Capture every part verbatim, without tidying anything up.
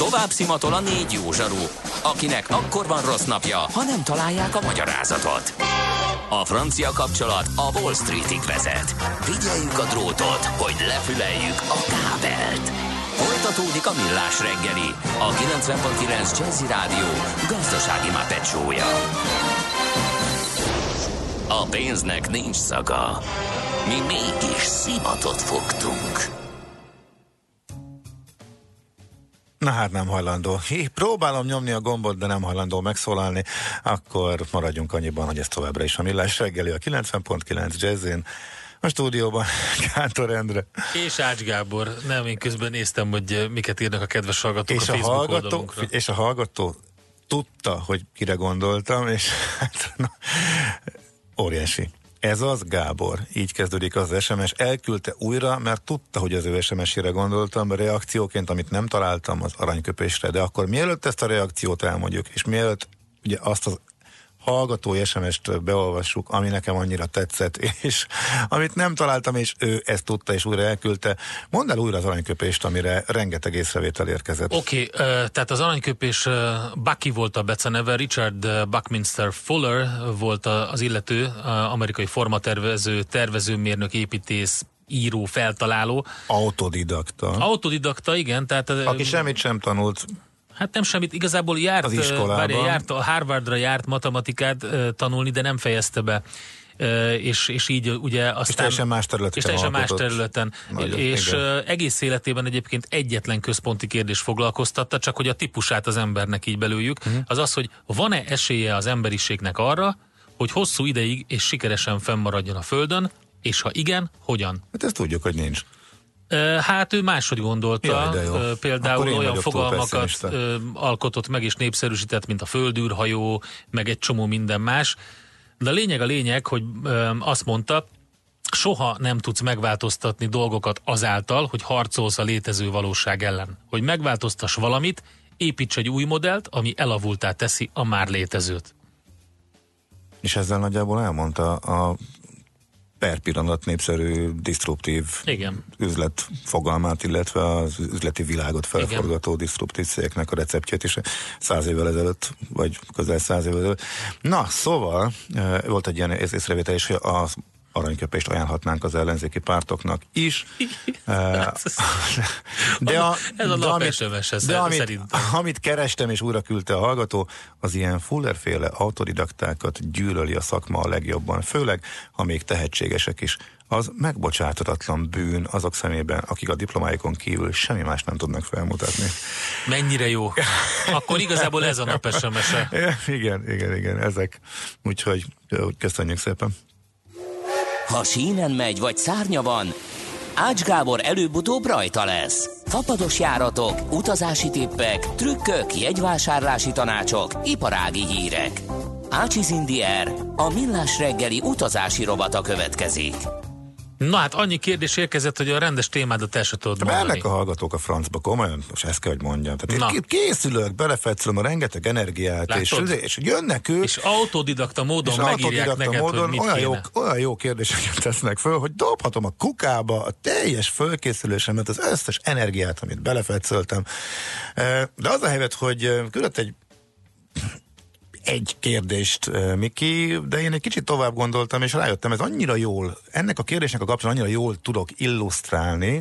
Tovább szimatol a négy jó zsaru, akinek akkor van rossz napja, ha nem találják a magyarázatot. A francia kapcsolat a Wall Streetig vezet. Figyeljük a drótot, hogy lefüleljük a kábelt. Folytatódik a Millás reggeli, a kilencven pont kilenc Jazzy Rádió gazdasági mápecsója. A pénznek nincs szaga. Mi mégis szimatot fogtunk. Na hát nem hajlandó. Hé, próbálom nyomni a gombot, de nem hajlandó megszólalni. Akkor maradjunk annyiban, hogy ez továbbra is a Millás reggeli, a kilencven pont kilenc Jazzin. A stúdióban Kántor Endre. És Ács Gábor. Nem, én közben néztem, hogy miket írnak a kedves hallgatók és a Facebook a hallgató, oldalunkra. És a hallgató tudta, hogy kire gondoltam, és hát na, óriási. Ez az Gábor, így kezdődik az es em es, elküldte újra, mert tudta, hogy az ő es em es-ére gondoltam, reakcióként, amit nem találtam az aranyköpésre, de akkor mielőtt ezt a reakciót elmondjuk, és mielőtt ugye azt az hallgatói es em est beolvassuk, ami nekem annyira tetszett, és amit nem találtam, és ő ezt tudta, és újra elküldte. Mondd el újra az aranyköpést, amire rengeteg észrevétel érkezett. Oké, okay, uh, tehát az aranyköpés uh, Bucky volt a beceneve, Richard uh, Buckminster Fuller volt a, az illető, uh, amerikai formatervező, tervezőmérnök, építész, író, feltaláló. Autodidakta. Autodidakta, igen. Tehát, uh, aki semmit sem tanult. Hát nem semmit, igazából járt, az iskolában. Várja, járt a Harvardra járt matematikát uh, tanulni, de nem fejezte be. Uh, és, és így ugye aztán... És teljesen más területen. És teljesen más területen. Nagyon, és uh, egész életében egyébként egyetlen központi kérdés foglalkoztatta, csak hogy a típusát az embernek így belőjük, uh-huh. az az, hogy van-e esélye az emberiségnek arra, hogy hosszú ideig és sikeresen fennmaradjon a Földön, és ha igen, hogyan? Hát ezt tudjuk, hogy nincs. Hát ő máshogy gondolta, Jaj, például olyan fogalmakat alkotott meg és népszerűsített, mint a földűrhajó, meg egy csomó minden más. De a lényeg a lényeg, hogy azt mondta, soha nem tudsz megváltoztatni dolgokat azáltal, hogy harcolsz a létező valóság ellen. Hogy megváltoztass valamit, építs egy új modellt, ami elavultá teszi a már létezőt. És ezzel nagyjából elmondta a per pillanat népszerű, disztruptív Igen. üzlet fogalmát, illetve az üzleti világot felforgató Igen. disztruptív cégeknek a receptjét is száz évvel ezelőtt, vagy közel száz évvel ezelőtt. Na, szóval volt egy ilyen észrevétel is, hogy az aranyköpést ajánlhatnánk az ellenzéki pártoknak is. de a, Ez a nap es em es-e de amit, amit kerestem és újra küldte a hallgató, az ilyen Fuller-féle autodidaktákat gyűlöli a szakma a legjobban, főleg, ha még tehetségesek is. Az megbocsátatatlan bűn azok szemében, akik a diplomáikon kívül semmi más nem tudnak felmutatni. Mennyire jó. Akkor igazából ez a nap es em es-e. Igen, igen, igen, ezek. Úgyhogy köszönjük szépen. Ha sínen megy, vagy szárnya van, Ács Gábor előbb-utóbb rajta lesz. Fapados járatok, utazási tippek, trükkök, jegyvásárlási tanácsok, iparági hírek. Ácsiz Indiér, a Millás reggeli utazási rovata következik. Na hát annyi kérdés érkezett, hogy a rendes témádat el se tudod mondani. Mennek a hallgatók a francba, komolyan, most ezt kell, hogy mondjam. Tehát én készülök, belefetszülöm a rengeteg energiát, és, és jönnek ők. És autodidakta módon és megírják autodidakta neked, módon, hogy mit olyan kéne. Jó, olyan jó kérdéseket tesznek föl, hogy dobhatom a kukába a teljes fölkészülésemet, az összes energiát, amit belefetszöltem. De az a helyzet, hogy küldött egy egy kérdést, Miki, de én egy kicsit tovább gondoltam, és rájöttem, ez annyira jól, ennek a kérdésnek a kapcsán annyira jól tudok illusztrálni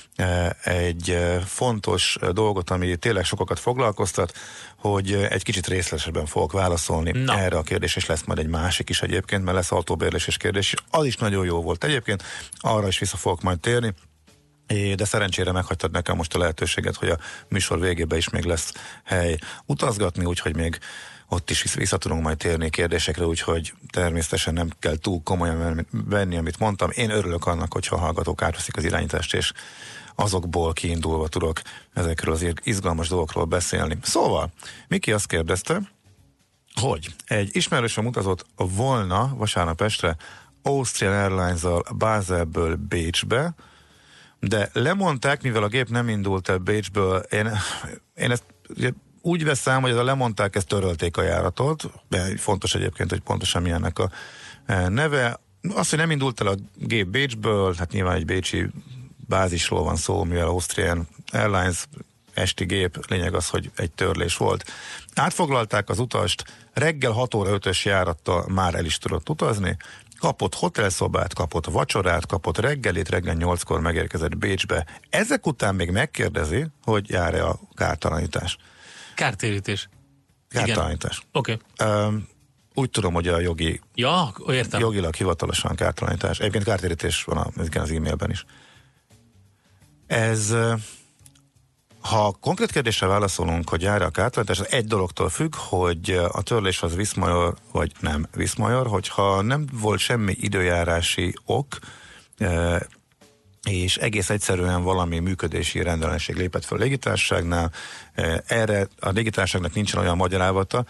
egy fontos dolgot, ami tényleg sokakat foglalkoztat, hogy egy kicsit részletesebben fogok válaszolni Na. erre a kérdésre, és lesz majd egy másik is egyébként, mert lesz autóbérléses kérdés, az is nagyon jó volt egyébként, arra is vissza fogok majd térni. De szerencsére meghagytad nekem most a lehetőséget, hogy a műsor végében is még lesz hely utazgatni, úgyhogy még ott is vissza tudunk majd térni kérdésekre, úgyhogy természetesen nem kell túl komolyan venni, amit mondtam. Én örülök annak, hogyha a hallgatók átveszik az irányítást, és azokból kiindulva tudok ezekről az izgalmas dolgokról beszélni. Szóval, Miki azt kérdezte, hogy egy ismerősöm utazott volna vasárnap estre Austrian Airlines-al Baselből Bécsbe, de lemondták, mivel a gép nem indult el Bécsből. Én, én ezt ugye, úgy veszem, hogy ez a lemondták, ezt törölték a járatot, de fontos egyébként, hogy pontosan milyennek a neve. Az, hogy nem indult el a gép Bécsből, hát nyilván egy bécsi bázisról van szó, mivel Austrian Airlines esti gép, lényeg az, hogy egy törlés volt. Átfoglalták az utast, reggel hat óra ötös járattal már el is tudott utazni, kapott hotelszobát, kapott vacsorát, kapott reggelit, reggel nyolckor megérkezett Bécsbe. Ezek után még megkérdezi, hogy jár-e a kártalanítás. Kártérítés. Kártalanítás. Oké. Okay. Um, úgy tudom, hogy a jogi, ja, értem. jogilag hivatalosan kártalanítás. Egyébként kártérítés van a, az e-mailben is. Ez, ha konkrét kérdésre válaszolunk, hogy jár a kártalanítás, az egy dologtól függ, hogy a törlés az viszmajor, vagy nem viszmajor, hogyha nem volt semmi időjárási ok, és egész egyszerűen valami működési rendellenesség lépett fel a légitársaságnál, erre a légitársaságnak nincsen olyan magyarázata,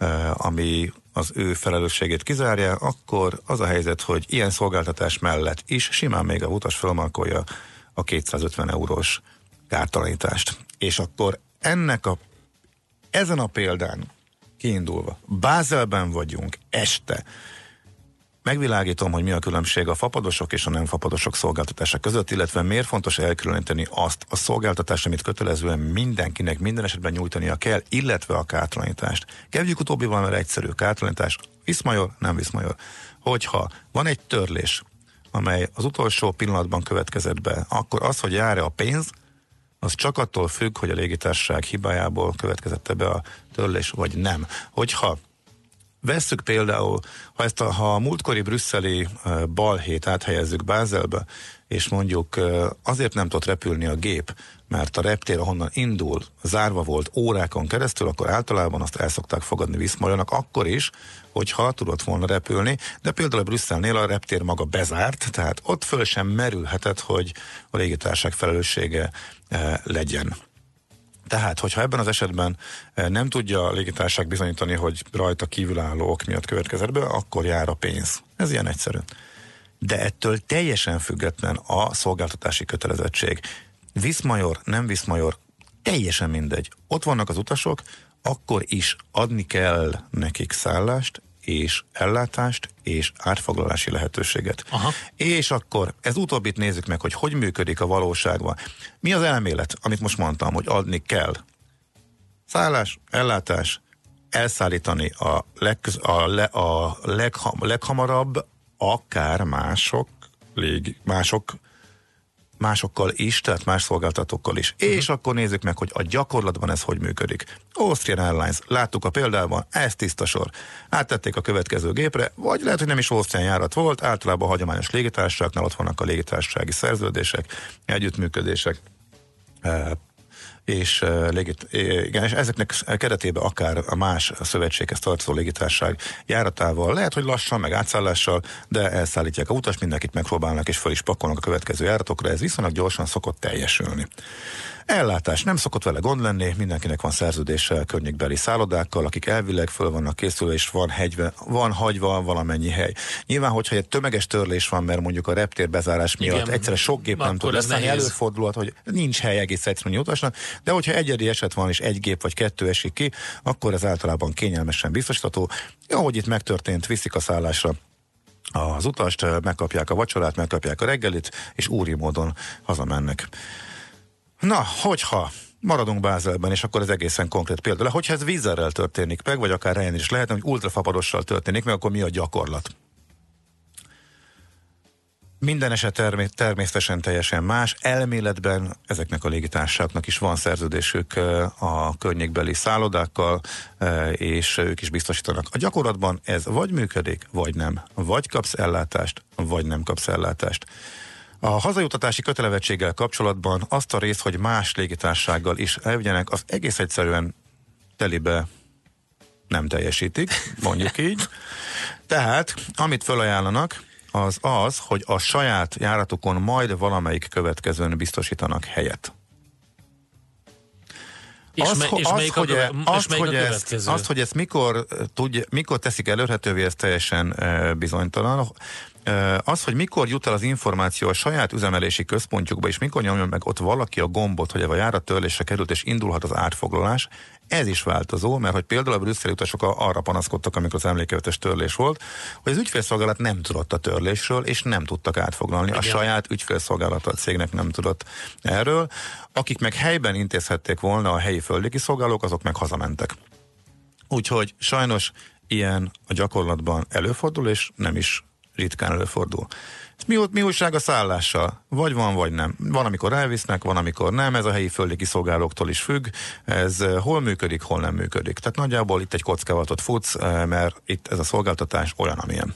ami az ő felelősségét kizárja, akkor az a helyzet, hogy ilyen szolgáltatás mellett is simán még a utas felmarkolja a kétszázötven eurós kártalanítást. És akkor ennek a, ezen a példán kiindulva, Bázelben vagyunk este, megvilágítom, hogy mi a különbség a fapadosok és a nem fapadosok szolgáltatása között, illetve miért fontos elkülöníteni azt a szolgáltatást, amit kötelezően mindenkinek minden esetben nyújtania kell, illetve a kártalanítást. Kezdjük utóbbival, mert egyszerű kártalanítás, viszmajor, nem viszmajor. Hogyha van egy törlés, amely az utolsó pillanatban következett be, akkor az, hogy jár-e a pénz, az csak attól függ, hogy a légitársaság hibájából következett be a törlés, vagy nem. Hogyha vesszük például, ha ezt a, ha a múltkori brüsszeli uh, balhét áthelyezzük Bázelbe, és mondjuk uh, azért nem tudott repülni a gép, mert a reptér, ahonnan indul, zárva volt órákon keresztül, akkor általában azt el szokták fogadni Viszmajornak, akkor is, hogyha tudott volna repülni, de például a Brüsszelnél a reptér maga bezárt, tehát ott föl sem merülhetett, hogy a légitársaság felelőssége uh, legyen. Tehát, hogyha ebben az esetben nem tudja a légitársaság bizonyítani, hogy rajta kívülálló ok miatt következett be, akkor jár a pénz. Ez ilyen egyszerű. De ettől teljesen független a szolgáltatási kötelezettség. Viszmajor, nem viszmajor, teljesen mindegy. Ott vannak az utasok, akkor is adni kell nekik szállást, és ellátást, és átfoglalási lehetőséget. Aha. És akkor ez utóbbit nézzük meg, hogy hogy működik a valóságban. Mi az elmélet, amit most mondtam, hogy adni kell? Szállás, ellátás, elszállítani a, legköz, a, le, a legha, leghamarabb, akár mások, lég, mások másokkal is, tehát más szolgáltatókkal is. Uh-huh. És akkor nézzük meg, hogy a gyakorlatban ez hogy működik. Austrian Airlines, láttuk a példában, ez tiszta sor. Áttették a következő gépre, vagy lehet, hogy nem is Austrian járat volt, általában a hagyományos légitársaságnál ott vannak a légitársasági szerződések, együttműködések, és, légit, igen, és ezeknek keretében akár a más szövetséghez tartozó légitársaság járatával, lehet, hogy lassan, meg átszállással, de elszállítják a utas, mindenkit megpróbálnak és föl is pakolnak a következő járatokra, ez viszonylag gyorsan szokott teljesülni. Ellátás, nem szokott vele gond lenni, mindenkinek van szerződése környékbeli szállodákkal, akik elvileg föl vannak készülve, és van, hegyve, van hagyva valamennyi hely. Nyilván, hogyha egy tömeges törlés van, mert mondjuk a reptér bezárás miatt igen, egyszerre sok gép nem tud leszállni, előfordulhat, hogy nincs hely egész egyszerűen utasnak, de hogyha egyedi eset van, és egy gép vagy kettő esik ki, akkor ez általában kényelmesen biztosítható. Ahogy itt megtörtént, viszik a szállásra az utast, megkapják a vacsorát, megkapják a reggelit, és úri módon hazamennek. Na, hogyha maradunk Bázelben, és akkor ez egészen konkrét példa. Hogyha ez Wizz Airrel történik meg, vagy akár Ryanair is lehetne, hogy ultrafapadossal történik meg, akkor mi a gyakorlat? Minden eset termé- természetesen teljesen más. Elméletben ezeknek a légitársaságoknak is van szerződésük a környékbeli szállodákkal, és ők is biztosítanak. A gyakorlatban ez vagy működik, vagy nem. Vagy kapsz ellátást, vagy nem kapsz ellátást. A hazajutatási kötelezettséggel kapcsolatban azt a részt, hogy más légitársasággal is elvigyenek, az egész egyszerűen telibe nem teljesítik, mondjuk így. Tehát, amit felajánlanak, az az, hogy a saját járatukon majd valamelyik következőn biztosítanak helyet. És, az, me, és az, melyik hogy, a, köve, azt, és hogy, a ezt, azt, hogy ezt mikor, tudj, mikor teszik elérhetővé, ez teljesen e, bizonytalan. Az, hogy mikor jut el az információ a saját üzemelési központjukba, és mikor nyomja meg ott valaki a gombot, hogy a járat törlésre került, és indulhat az átfoglalás, ez is változó, mert hogy például a brüsszeli utasok arra panaszkodtak, amikor az emlékezetes törlés volt, hogy az ügyfélszolgálat nem tudott a törlésről, és nem tudtak átfoglalni. Igen. A saját ügyfélszolgálata a cégnek nem tudott erről. Akik meg helyben intézhették volna, a helyi földlégi szolgálók, azok meg hazamentek. Úgyhogy sajnos ilyen a gyakorlatban előfordul, és nem is ritkán előfordul. Mi, mi újság a szállással? Vagy van, vagy nem. Van, amikor elvisznek, van, amikor nem. Ez a helyi földlégi szolgálóktól is függ. Ez hol működik, hol nem működik. Tehát nagyjából itt egy kockávatot futsz, mert itt ez a szolgáltatás olyan, amilyen.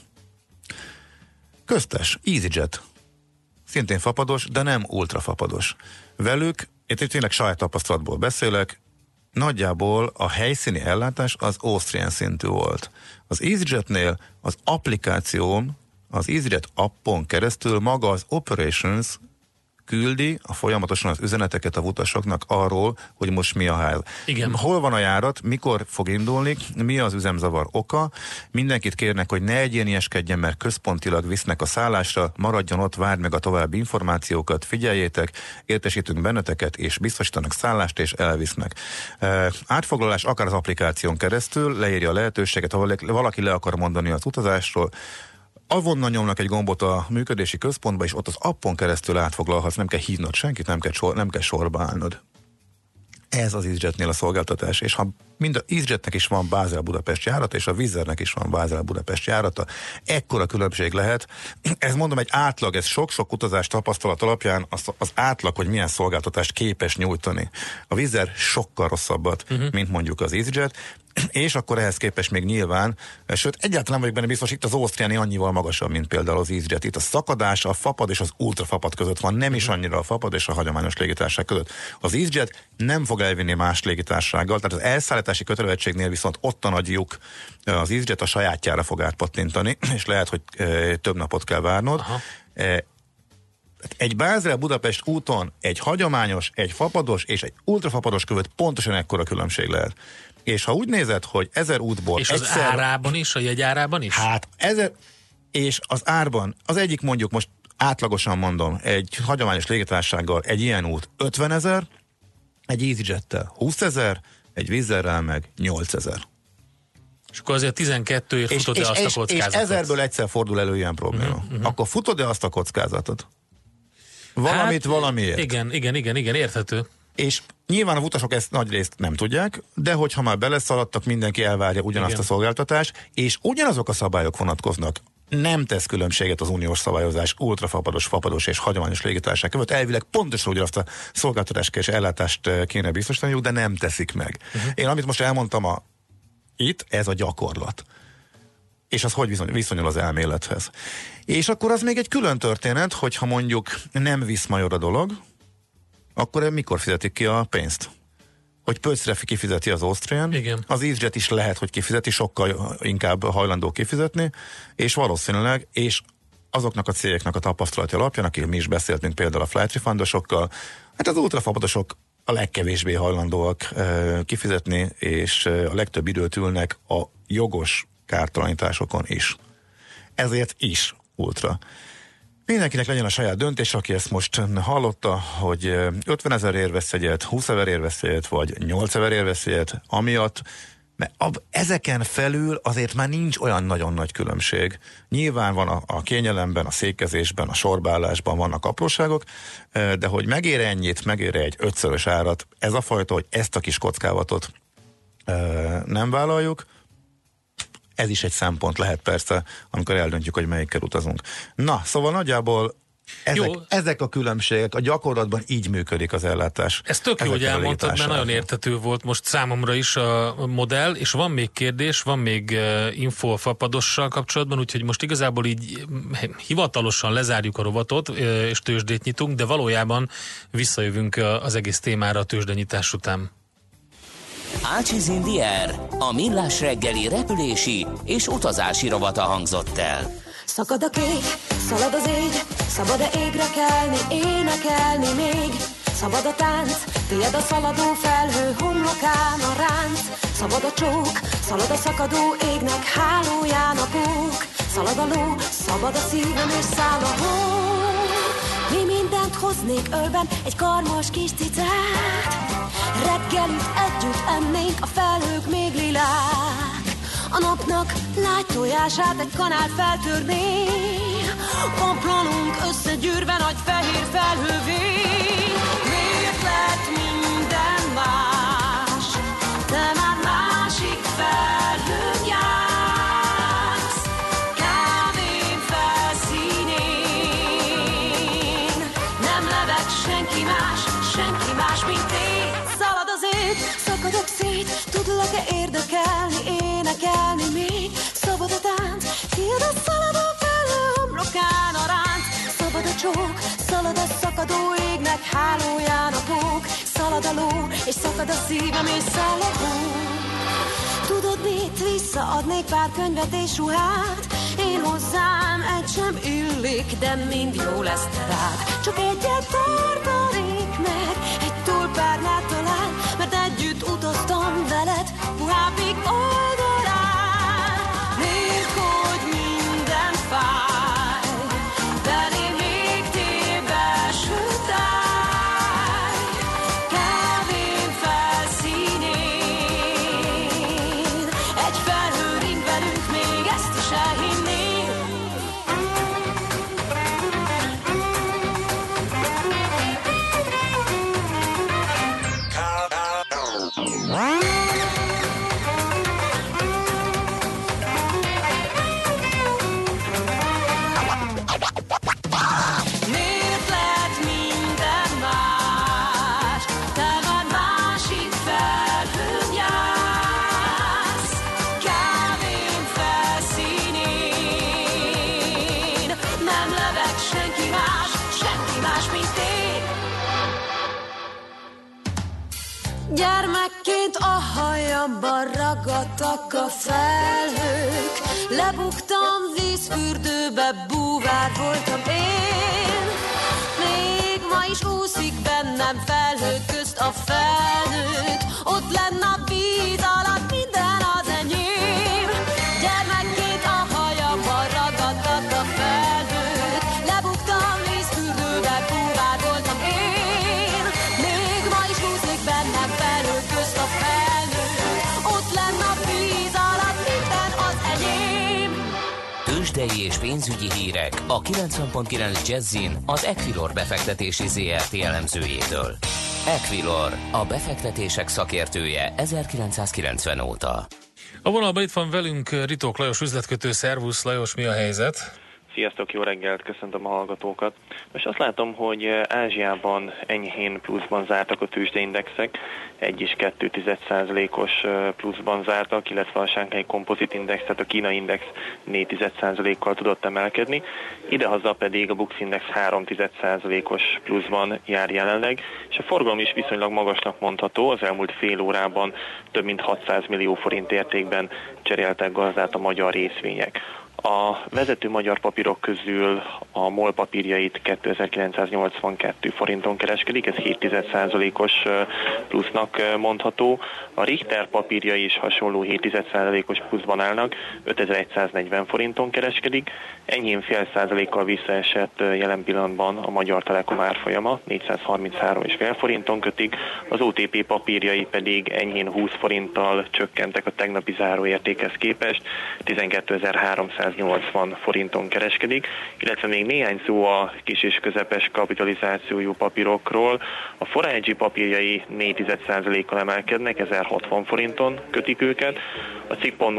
Köztes, EasyJet. Szintén fapados, de nem ultrafapados. Velük, itt tényleg saját tapasztalatból beszélek, nagyjából a helyszíni ellátás az Austrian szintű volt. Az EasyJetnél az applikációm, az EasyJet appon keresztül maga az Operations küldi a folyamatosan az üzeneteket a utasoknak arról, hogy most mi a ház. Igen. Hol van a járat, mikor fog indulni, mi az üzemzavar oka. Mindenkit kérnek, hogy ne egyénieskedjen, mert központilag visznek a szállásra, maradjon ott, várd meg a további információkat, figyeljétek, értesítünk benneteket, és biztosítanak szállást, és elvisznek. E, átfoglalás akár az applikáción keresztül, leírja a lehetőséget, ha valaki le akar mondani az utazásról, avonnan nyomnak egy gombot a működési központba, és ott az appon keresztül átfoglalhatsz, nem kell hívnod senkit, nem kell, sor, nem kell sorba állnod. Ez az EasyJetnél a szolgáltatás, és ha mind az EasyJetnek is van Bázel-Budapest járata, és a Wizz Airnek is van Bázel-Budapest járata, ekkora különbség lehet. Ez mondom egy átlag, ez sok-sok utazás tapasztalat alapján az, az átlag, hogy milyen szolgáltatást képes nyújtani. A Wizz Air sokkal rosszabbat, uh-huh. mint mondjuk az EasyJet, és akkor ehhez képest még nyilván, sőt egyáltalán vagyok benne biztos, itt az Austriani annyival magasabb, mint például az EasyJet. Itt a szakadás a fapad és az ultrafapad között van, nem is annyira a fapad és a hagyományos légitársaság között. Az EasyJet nem fog elvinni más légitársasággal, tehát az elszállítási kötelezettségnél viszont ott a nagy lyuk, az EasyJet a sajátjára fog átpattintani, és lehet, hogy e, több napot kell várnod. E, egy Bázel-Budapest úton egy hagyományos, egy fapados és egy ultrafapados között pontosan ekkora különbség lehet. És ha úgy nézed, hogy ezer útból és egyszer, az árában is, a jegyárában is? Hát ezer, és az árban, az egyik mondjuk most átlagosan mondom, egy hagyományos légitársasággal egy ilyen út ötvenezer, egy EasyJettel húszezer, egy Wizz Airrel meg nyolcezer. És akkor azért tizenkettőért futod-e azt a kockázatot? És ezerből egyszer fordul elő ilyen probléma. Uh-huh, uh-huh. Akkor futod-e azt a kockázatot? Valamit hát, valamiért. Igen, igen, igen, igen, érthető. És nyilván a utasok ezt nagy részt nem tudják, de hogyha már beleszaladtak, mindenki elvárja ugyanazt igen. a szolgáltatást, és ugyanazok a szabályok vonatkoznak. Nem tesz különbséget az uniós szabályozás ultrafapados, fapados és hagyományos légitársaság között. Elvileg pontosan ugyanazt a szolgáltatást és ellátást kéne biztosítaniuk, de nem teszik meg. Uh-huh. Én amit most elmondtam a, itt, ez a gyakorlat. És az hogy viszony, viszonyul az elmélethez. És akkor az még egy külön történet, hogyha mondjuk nem visz major a dolog, akkor mikor fizetik ki a pénzt? Hogy pöccre kifizeti az Austrian, igen. az EasyJet is lehet, hogy kifizeti, sokkal inkább hajlandó kifizetni, és valószínűleg, és azoknak a cégeknek a tapasztalati alapján, akik mi is beszéltünk például a flight refundosokkal, hát az ultrafapadosok a legkevésbé hajlandóak e, kifizetni, és e, a legtöbb időt ülnek a jogos kártalanításokon is. Ezért is ultra. Mindenkinek legyen a saját döntés, aki ezt most hallotta, hogy ötvenezerért vesz egyet, húszezerért vesz egyet, vagy nyolcezerért vesz egyet, amiatt, mert ab, ezeken felül azért már nincs olyan nagyon nagy különbség. Nyilván van a, a kényelemben, a székezésben, a sorbálásban vannak apróságok, de hogy megér ennyit, megér egy ötszörös árat, ez a fajta, hogy ezt a kis kockávatot nem vállaljuk, ez is egy szempont lehet persze, amikor eldöntjük, hogy melyikkel utazunk. Na, szóval nagyjából ezek, ezek a különbségek, a gyakorlatban így működik az ellátás. Ez tök jó, hogy elmondtad, mert nagyon érthető volt most számomra is a modell, és van még kérdés, van még info a fapadossal kapcsolatban, úgyhogy most igazából így hivatalosan lezárjuk a rovatot, és tőzsdét nyitunk, de valójában visszajövünk az egész témára a tőzsdenyitás után. Ácsiz in the Air, a millás reggeli repülési és utazási rovata hangzott el. Szakad a kék, szalad az ég, szabad-e égre kelni, énekelni még? Szabad a tánc, tiéd a szaladó felhő, homlokán a ránc. Szabad a csók, szalad a szakadó égnek hálóján a pók. szalad a ló, szabad a szívem és száll a hó. Mi mindent hoznék ölben, egy karmos kis cicát, reggelüt együtt ennénk, a felhők még lilák. A napnak lágy tojását egy kanál feltörné, pomplanunk összegyűrve nagy fehér felhővé. Miért lett minden más? Te már másik felhőn jársz, kávén felszínén. Nem leveg senki más, senki más, mint én. Szalad az ég, szakadok szét, tudlak-e érdekelni, énekelni még? Szabad a tánc, tiéd a szaladó felhő homlokán a ránc. Szabad a csók, szalad a szakadó égnek hálóján a pók. Szalad a ló, és szakad a szívem, és száll a hó. Tudod mit, visszaadnék pár könyvet és ruhát, én hozzám egy sem illik, de mind jó lesz te rád. Csak egyet tartanék meg, egy tulpárnát talán, mert együtt utaztam veled puhábbik oldalán. Miért, hogy minden fáj, belém légtérbe sütály, kávén felszínén. Egy felhő ring velünk, még ezt is elhinném. Miért lett minden más? Te már másik felhőn jársz, kávén felszínén. Nem leveg senki más, senki más, mint én. Gyermekként a hajamban ragadtak a felhők, lebuktam vízfürdőbe, búvár voltam én. Még ma is úszik bennem felhők közt a felnőtt, ott lenne a víz alatt minden az enyém. Gyermekként a hajamban ragadtak a felhők, lebuktam vízfürdőbe, búvár voltam én. Még ma is úszik bennem felhők közt a felnőtt, ott lenne a víz alatt minden az enyém. Tőzsdei és pénzügyi hírek a kilencven pont kilenc Jazzin az Equilor befektetési zé er té elemzőjétől. Equilor, a befektetések szakértője ezerkilencszázkilencven óta. A vonalban itt van velünk Ritók Lajos üzletkötő. Szervusz Lajos, mi a helyzet? Sziasztok, jó reggelt, köszöntöm a hallgatókat. Most azt látom, hogy Ázsiában enyhén pluszban zártak a tőzsdeindexek, egy és kettő tized százalékos pluszban zártak, illetve a Shanghai Composite Index, tehát a Kína Index négy tized százalékkal tudott emelkedni, idehaza pedig a Bux Index három tized százalékos pluszban jár jelenleg, és a forgalom is viszonylag magasnak mondható, az elmúlt fél órában több mint hatszáz millió forint értékben cseréltek gazdát a magyar részvények. A vezető magyar papírok közül a MOL papírjait kétezer-kilencszáznyolcvankettő forinton kereskedik, ez hét tized százalékos plusznak mondható. A Richter papírjai is hasonló hét tized százalékos pluszban állnak, ötezer-száznegyven forinton kereskedik. Enyhén fél százalékkal visszaesett jelen pillanatban a Magyar Telekom árfolyama, négyszázharminchárom egész öt forinton kötik. Az o té pé papírjai pedig enyhén húsz forinttal csökkentek a tegnapi záróértékhez képest, tizenkétezer-háromszáznyolcvan forinton kereskedik, illetve még néhány szó a kis és közepes kapitalizációjú papírokról. A Forágyi papírjai négy tized százalékkal emelkednek, ezerhatvan forinton kötik őket. A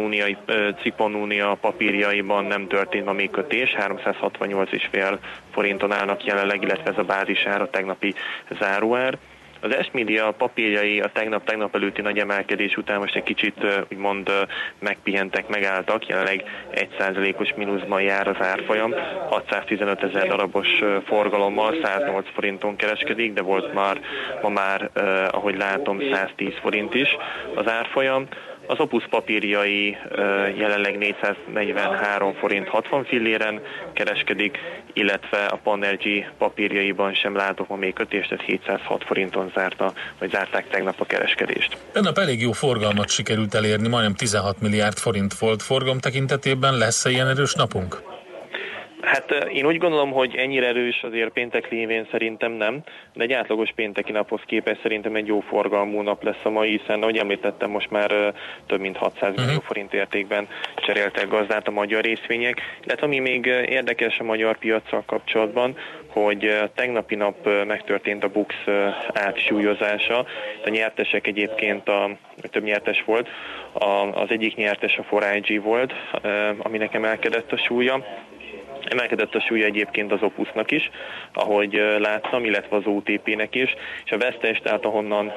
Cikk.Unia papírjaiban nem történt ma még kötés, háromszázhatvannyolc egész öt forinton állnak jelenleg, illetve ez a bázisár, a tegnapi záróár. Az S-Media papírjai a tegnap-tegnap előtti nagy emelkedés után most egy kicsit úgymond megpihentek, megálltak, jelenleg egy százalékos mínuszban jár az árfolyam, hatszáztizenöt ezer darabos forgalommal száznyolc forinton kereskedik, de volt már ma már, ahogy látom, száztíz forint is az árfolyam. Az Opus papírjai jelenleg négyszáznegyvenhárom forint hatvan filléren kereskedik, illetve a Panergy papírjaiban sem látok ma még kötést, tehát hétszázhat forinton zárta, vagy zárták tegnap a kereskedést. Önnap elég jó forgalmat sikerült elérni, majdnem tizenhat milliárd forint volt forgalom tekintetében, lesz-e ilyen erős napunk? Hát én úgy gondolom, hogy ennyire erős azért péntek lévén szerintem nem, de egy átlagos pénteki naphoz képest szerintem egy jó forgalmú nap lesz a mai, hiszen ahogy említettem, most már több mint hatszáz millió forint értékben cseréltek gazdát a magyar részvények, illetve ami még érdekes a magyar piaccal kapcsolatban, hogy tegnapi nap megtörtént a BUX átsúlyozása. A nyertesek egyébként, a, több nyertes volt, a, az egyik nyertes a négy i gé volt, aminek emelkedett a súlya. Emelkedett a súlya egyébként az Opusnak is, ahogy láttam, illetve az o té pé-nek is, és a vesztes, tehát ahonnan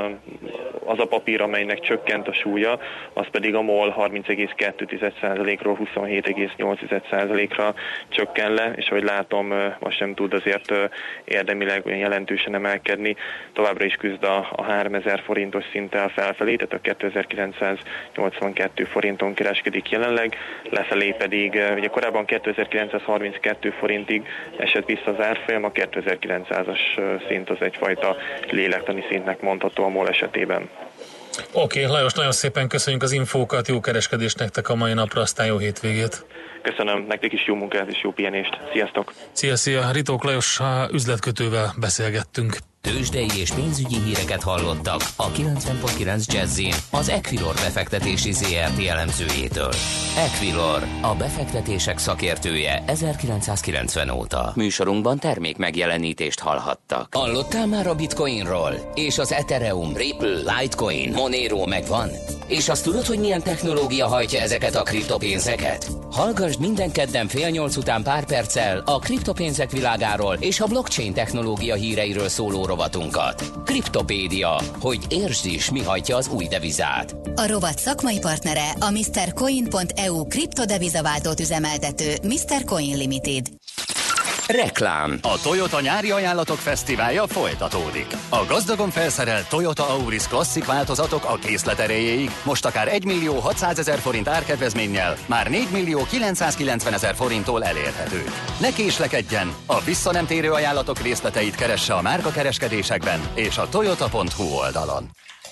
az a papír, amelynek csökkent a súlya, az pedig a MOL harminc egész kettő százalékról huszonhét egész nyolc százalékra csökken le, és ahogy látom, most sem tud azért érdemileg olyan jelentősen emelkedni. Továbbra is küzd a, a háromezer forintos szinttel felfelé, tehát a kétezer-kilencszáznyolcvankettő forinton kereskedik jelenleg, lefelé pedig, ugye korábban kétezer-kilencszázharminckettő forintig esett vissza az árfolyam, a kétezer-kilencszázas szint az egyfajta lélektani szintnek mondható a MOL esetében. Oké, okay, Lajos, nagyon szépen köszönjük az infókat, jó kereskedést nektek a mai napra, aztán jó hétvégét. Köszönöm, nektek is jó munkát és jó pihenést. Sziasztok! Szia, szia! Ritók Lajos üzletkötővel beszélgettünk. Tőzsdei és pénzügyi híreket hallottak a kilencven pont kilenc Jazzin az Equilor befektetési zé er té elemzőjétől. Equilor, a befektetések szakértője ezerkilencszázkilencven óta. Műsorunkban termék megjelenítést hallhattak. Hallottál már a Bitcoinról? És az Ethereum, Ripple, Litecoin, Monero megvan? És azt tudod, hogy milyen technológia hajtja ezeket a kriptopénzeket? Hallgassd minden kedden fél nyolc után pár perccel a kriptopénzek világáról és a blockchain technológia híreiről szóló rovatunkat. Kriptopédia, hogy értsd is, mi hajtja az új devizát. A rovat szakmai partnere a mister coin pont e u kriptodevizaváltót üzemeltető mister Coin Limited. Reklám. A Toyota nyári ajánlatok fesztiválja folytatódik. A gazdagon felszerelt Toyota Auris klasszik változatok a készlet erejéig most akár egymillió hatszázezer forint árkedvezménnyel már négymillió kilencszázkilencvenezer forinttól elérhetők. Ne késlekedjen! A visszanemtérő ajánlatok részleteit keresse a márkakereskedésekben és a toyota pont hu oldalon.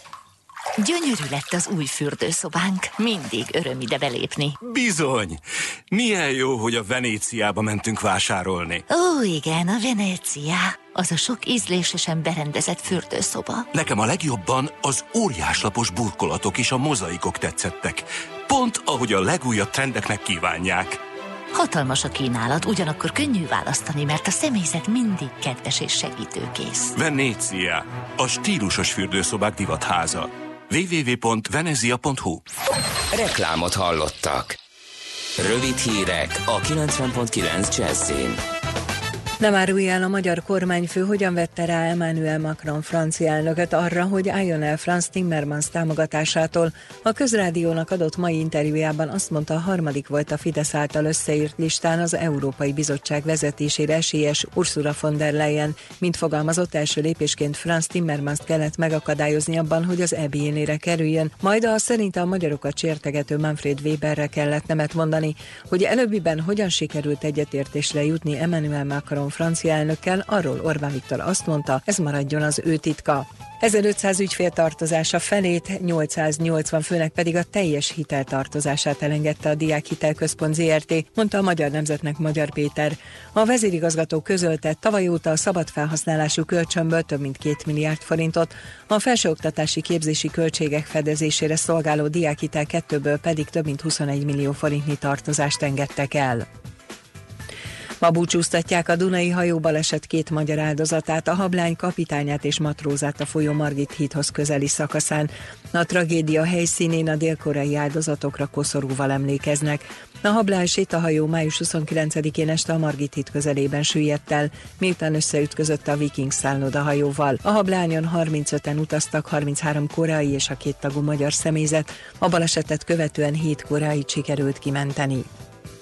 Gyönyörű lett az új fürdőszobánk. Mindig öröm ide belépni. Bizony! Milyen jó, hogy a Venéciába mentünk vásárolni. Ó, igen, a Venécia. Az a sok ízlésesen berendezett fürdőszoba. Nekem a legjobban az óriáslapos burkolatok és a mozaikok tetszettek. Pont ahogy a legújabb trendeknek kívánják. Hatalmas a kínálat, ugyanakkor könnyű választani, mert a személyzet mindig kedves és segítőkész. Venécia, a stílusos fürdőszobák divatháza. double-u double-u double-u pont venezia pont hu. Reklámot hallottak. Rövid hírek a kilencven pont kilenc Jazzin. Nem árulja el a magyar kormányfő, hogyan vette rá Emmanuel Macron francia elnököt arra, hogy álljon el Frans Timmermans támogatásától. A Közrádiónak adott mai interjújában azt mondta, a harmadik volt a Fidesz által összeírt listán az Európai Bizottság vezetésére esélyes Ursula von der Leyen. Mint fogalmazott, első lépésként Frans Timmermanst kellett megakadályozni abban, hogy az é bé en-ére kerüljön, majd a szerinte a magyarokat sértegető Manfred Weberre kellett nemet mondani. Hogy előbbiben hogyan sikerült egyetértésre jutni Emmanuel Macron francia elnökkel, arról Orbán Viktor azt mondta, ez maradjon az ő titka. ezerötszáz ügyfél tartozása felét, nyolcszáznyolcvan főnek pedig a teljes hiteltartozását elengedte a Diákhitelközpont zé er té, mondta a Magyar Nemzetnek Magyar Péter. A vezérigazgató közölte, tavaly óta a szabad felhasználású kölcsönből több mint két milliárd forintot, a felsőoktatási képzési költségek fedezésére szolgáló Diákhitel kettőből pedig több mint huszonegy millió forintnyi tartozást engedtek el. Ma búcsúztatják a Dunai hajóbaleset két magyar áldozatát, a hablány kapitányát és matrózát a folyó Margit hídhoz közeli szakaszán. A tragédia helyszínén a dél-koreai áldozatokra koszorúval emlékeznek. A hablány sétahajó május huszonkilencedikén este a Margit híd közelében süllyedt el, miután összeütközött a Viking szállodahajóval. A hablányon harmincöten utaztak, harminchárom koreai és a kéttagú magyar személyzet. A balesetet követően hét koreait sikerült kimenteni.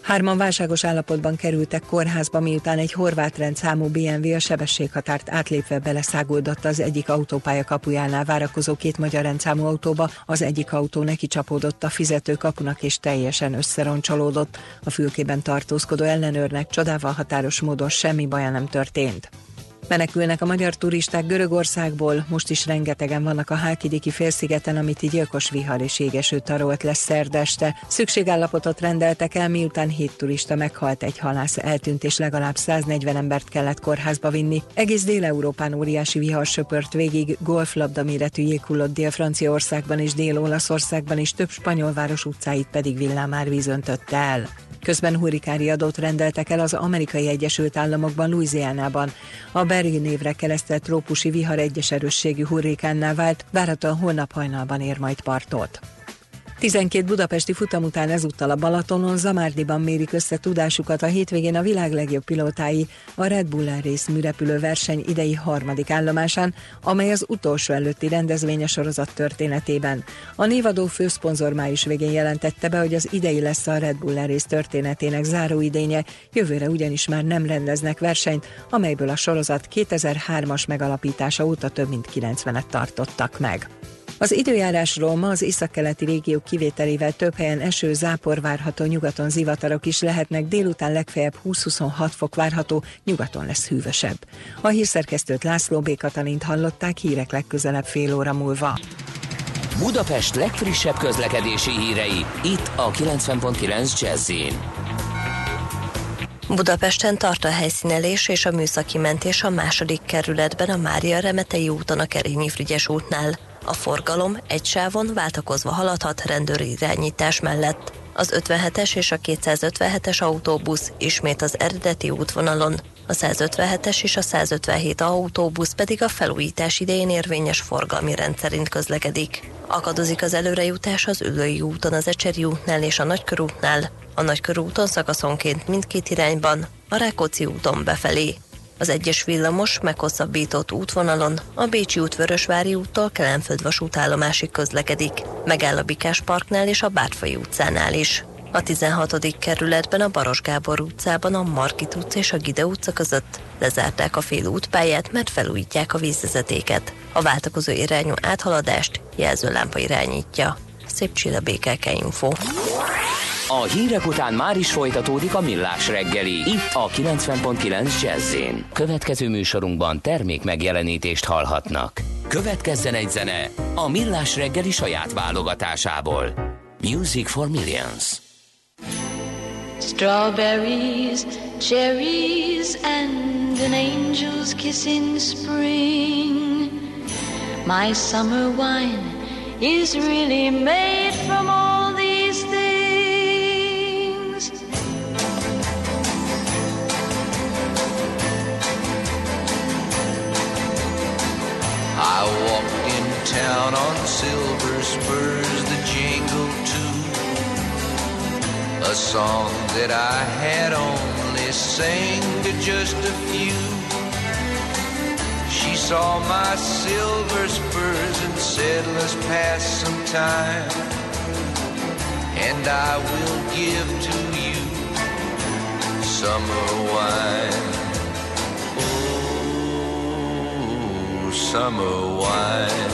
Hárman válságos állapotban kerültek kórházba, miután egy horvát rendszámú bé em vé a sebességhatárt átlépve beleszáguldatt az egyik autópálya kapujánál várakozó két magyar rendszámú autóba. Az egyik autó neki csapódott a fizetőkapunak és teljesen összeroncsolódott. A fülkében tartózkodó ellenőrnek csodával határos módon semmi baja nem történt. Menekülnek a magyar turisták Görögországból, most is rengetegen vannak a Halkidiki félszigeten, amit így gyilkos vihar és égeső tarolt lesz szerda este. Szükségállapotot rendeltek el, miután hét turista meghalt, egy halász eltűnt és legalább száznegyven embert kellett kórházba vinni. Egész Dél-Európán óriási vihar söpört végig, golflabda méretű jég hullott Dél-Franciaországban és Dél-Olaszországban is, több spanyol város utcáit pedig villámárvíz öntötte el. Közben hurrikáni adót rendeltek el az Amerikai Egyesült Államokban, Louisianában. A Barry névre keresztelt trópusi vihar egyes erősségű hurrikánná vált, várhatóan holnap hajnalban ér majd partot. tizenkét budapesti futam után ezúttal a Balatonon, Zamárdiban mérik össze tudásukat a hétvégén a világ legjobb pilótái a Red Bull Air Race műrepülő verseny idei harmadik állomásán, amely az utolsó előtti rendezvény a sorozat történetében. A névadó főszponzor május végén jelentette be, hogy az idei lesz a Red Bull Air Race történetének záróidénye, jövőre ugyanis már nem rendeznek versenyt, amelyből a sorozat kétezer-hármas megalapítása óta több mint kilencvenet tartottak meg. Az időjárásról: ma az északkeleti régiók kivételével több helyen eső, zápor várható, nyugaton zivatarok is lehetnek, délután legfeljebb húsz-huszonhat fok várható, nyugaton lesz hűvösebb. A hírszerkesztőt, László B. Katalint hallották, hírek legközelebb fél óra múlva. Budapest legfrissebb közlekedési hírei, itt a kilencven pont kilenc Jazz-in. Budapesten tart a helyszínelés és a műszaki mentés a második kerületben, a Mária Remetei úton, a Kerényi-Frigyes útnál. A forgalom egy sávon váltakozva haladhat rendőri irányítás mellett. Az ötvenhetes és a kétszázötvenhetes autóbusz ismét az eredeti útvonalon, a százötvenhetes és a százötvenhét autóbusz pedig a felújítás idején érvényes forgalmi rend szerint közlekedik. Akadozik az előrejutás az Üllői úton, az Ecseri útnál és a Nagykörútnál, a Nagykörúton szakaszonként mindkét irányban, a Rákóczi úton befelé. Az egyes villamos meghosszabbított útvonalon a Bécsi út Vörösvári úttól Kelenföld vasútállomásig közlekedik, megáll a Bikás parknál és a Bártfai utcánál is. A tizenhatodik kerületben a Baros Gábor utcában a Margit utca és a Gide utca között lezárták a fél útpályát, mert felújítják a vízvezetéket. A váltakozó irányú áthaladást jelzőlámpa irányítja. Szép Csilla, bé ká ká Info. A hírek után már is folytatódik a Millás reggeli, itt a kilencven pont kilenc Jazz-in. Következő műsorunkban termék megjelenítést hallhatnak. Következzen egy zene a Millás reggeli saját válogatásából. Music for Millions. Strawberries, cherries and an angel's kiss in spring. My summer wine is really made from all these things. I walked in town on silver spurs that jingle too, a song that I had only sang to just a few. She saw my silver spurs and said, let's pass some time, and I will give to you summer wine. Summer wine.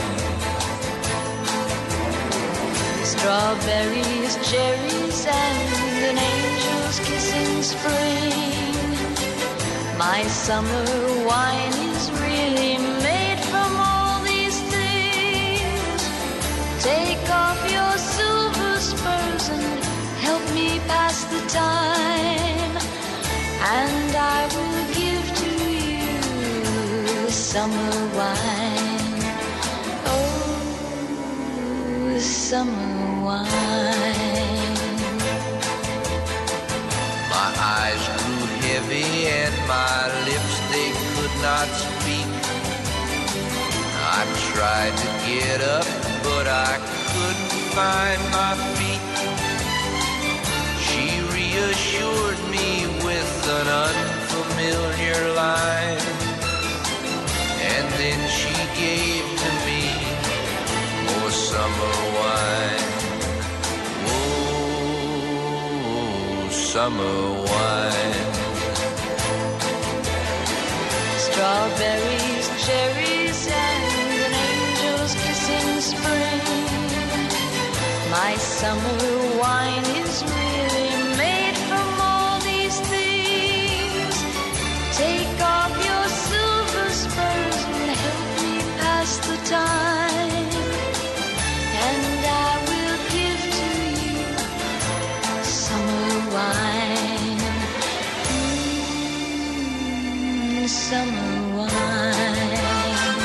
Strawberries, cherries, and an angel's kiss in spring. My summer wine is really made from all these things. Take off your silver spurs and help me pass the time, and I will give to you summer wine, oh, summer wine. My eyes grew heavy and my lips, they could not speak. I tried to get up, but I couldn't find my feet. She reassured me with an unfamiliar line, and then she gave to me more summer wine. Oh, summer wine. Strawberries, cherries, and an angel's kiss in spring. My summer wine is really made from all these things. Take off your silver spurs and help me pass the time, and I will give to you summer wine. Mm, summer wine.